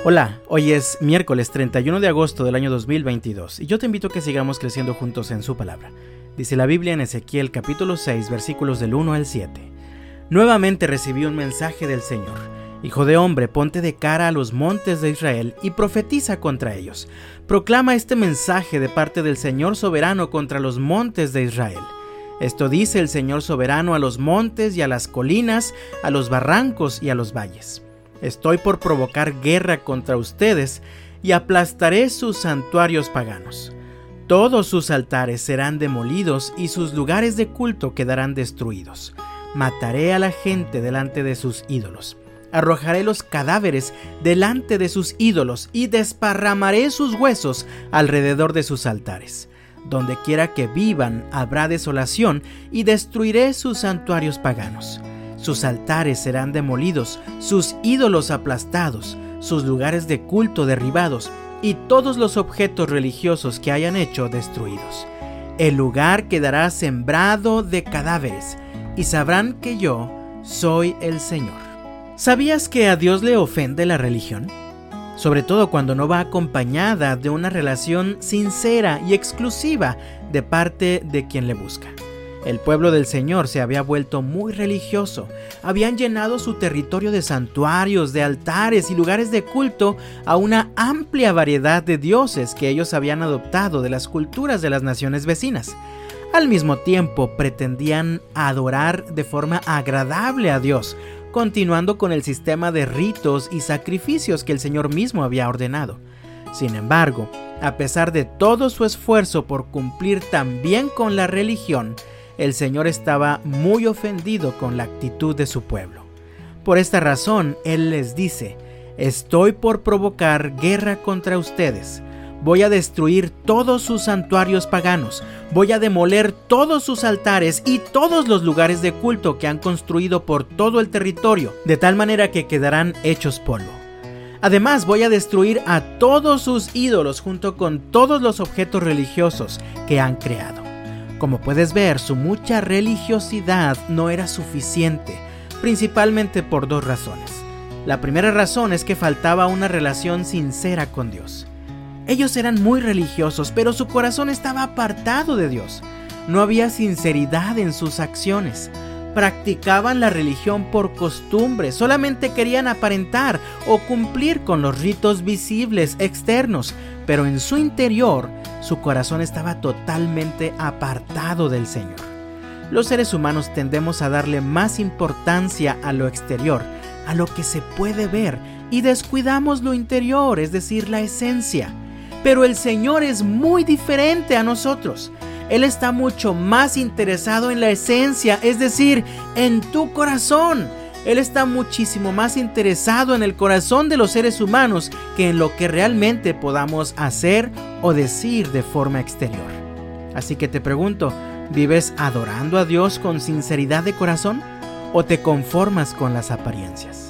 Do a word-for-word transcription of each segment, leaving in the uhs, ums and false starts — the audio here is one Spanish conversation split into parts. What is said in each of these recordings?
Hola, hoy es miércoles treinta y uno de agosto del año dos mil veintidós y yo te invito a que sigamos creciendo juntos en su palabra. Dice la Biblia en Ezequiel capítulo seis versículos del uno al siete. Nuevamente recibí un mensaje del Señor. Hijo de hombre, ponte de cara a los montes de Israel y profetiza contra ellos. Proclama este mensaje de parte del Señor soberano contra los montes de Israel. Esto dice el Señor soberano a los montes y a las colinas, a los barrancos y a los valles. Estoy por provocar guerra contra ustedes y aplastaré sus santuarios paganos. Todos sus altares serán demolidos y sus lugares de culto quedarán destruidos. Mataré a la gente delante de sus ídolos. Arrojaré los cadáveres delante de sus ídolos y desparramaré sus huesos alrededor de sus altares. Donde quiera que vivan habrá desolación y destruiré sus santuarios paganos. Sus altares serán demolidos, sus ídolos aplastados, sus lugares de culto derribados y todos los objetos religiosos que hayan hecho destruidos. El lugar quedará sembrado de cadáveres y sabrán que yo soy el Señor. ¿Sabías que a Dios le ofende la religión? Sobre todo cuando no va acompañada de una relación sincera y exclusiva de parte de quien le busca. El pueblo del Señor se había vuelto muy religioso. Habían llenado su territorio de santuarios, de altares y lugares de culto a una amplia variedad de dioses que ellos habían adoptado de las culturas de las naciones vecinas. Al mismo tiempo, pretendían adorar de forma agradable a Dios, continuando con el sistema de ritos y sacrificios que el Señor mismo había ordenado. Sin embargo, a pesar de todo su esfuerzo por cumplir también con la religión, el Señor estaba muy ofendido con la actitud de su pueblo. Por esta razón, Él les dice: estoy por provocar guerra contra ustedes. Voy a destruir todos sus santuarios paganos. Voy a demoler todos sus altares y todos los lugares de culto que han construido por todo el territorio, de tal manera que quedarán hechos polvo. Además, voy a destruir a todos sus ídolos junto con todos los objetos religiosos que han creado. Como puedes ver, su mucha religiosidad no era suficiente, principalmente por dos razones. La primera razón es que faltaba una relación sincera con Dios. Ellos eran muy religiosos, pero su corazón estaba apartado de Dios. No había sinceridad en sus acciones. Practicaban la religión por costumbre, solamente querían aparentar o cumplir con los ritos visibles externos, pero en su interior su corazón estaba totalmente apartado del Señor. Los seres humanos tendemos a darle más importancia a lo exterior, a lo que se puede ver, y descuidamos lo interior, es decir, la esencia. Pero el Señor es muy diferente a nosotros. Él está mucho más interesado en la esencia, es decir, en tu corazón. Él está muchísimo más interesado en el corazón de los seres humanos que en lo que realmente podamos hacer o decir de forma exterior. Así que te pregunto, ¿vives adorando a Dios con sinceridad de corazón o te conformas con las apariencias?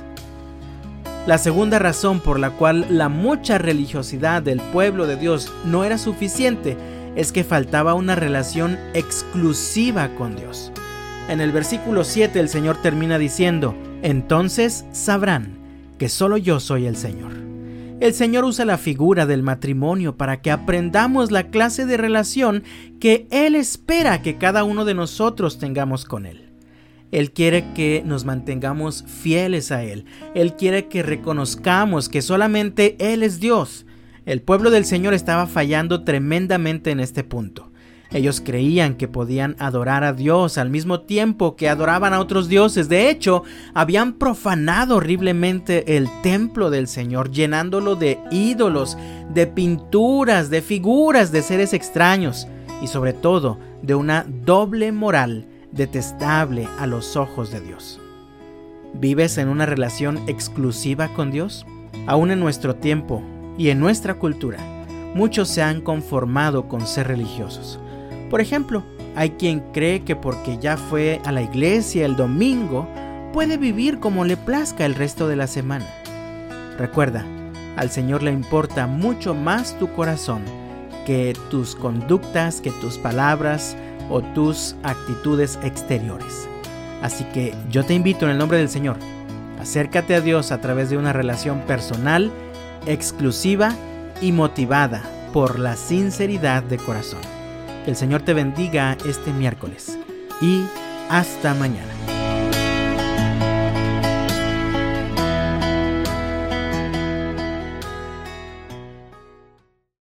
La segunda razón por la cual la mucha religiosidad del pueblo de Dios no era suficiente es que faltaba una relación exclusiva con Dios. En el versículo siete el Señor termina diciendo: entonces sabrán que solo yo soy el Señor. El Señor usa la figura del matrimonio para que aprendamos la clase de relación que Él espera que cada uno de nosotros tengamos con Él. Él quiere que nos mantengamos fieles a Él. Él quiere que reconozcamos que solamente Él es Dios. El pueblo del Señor estaba fallando tremendamente en este punto. Ellos creían que podían adorar a Dios al mismo tiempo que adoraban a otros dioses. De hecho, habían profanado horriblemente el templo del Señor, llenándolo de ídolos, de pinturas, de figuras de seres extraños y sobre todo de una doble moral detestable a los ojos de Dios. ¿Vives en una relación exclusiva con Dios? Aún en nuestro tiempo y en nuestra cultura, muchos se han conformado con ser religiosos. Por ejemplo, hay quien cree que porque ya fue a la iglesia el domingo, puede vivir como le plazca el resto de la semana. Recuerda, al Señor le importa mucho más tu corazón que tus conductas, que tus palabras o tus actitudes exteriores. Así que yo te invito en el nombre del Señor, acércate a Dios a través de una relación personal exclusiva y motivada por la sinceridad de corazón. Que el Señor te bendiga este miércoles y hasta mañana.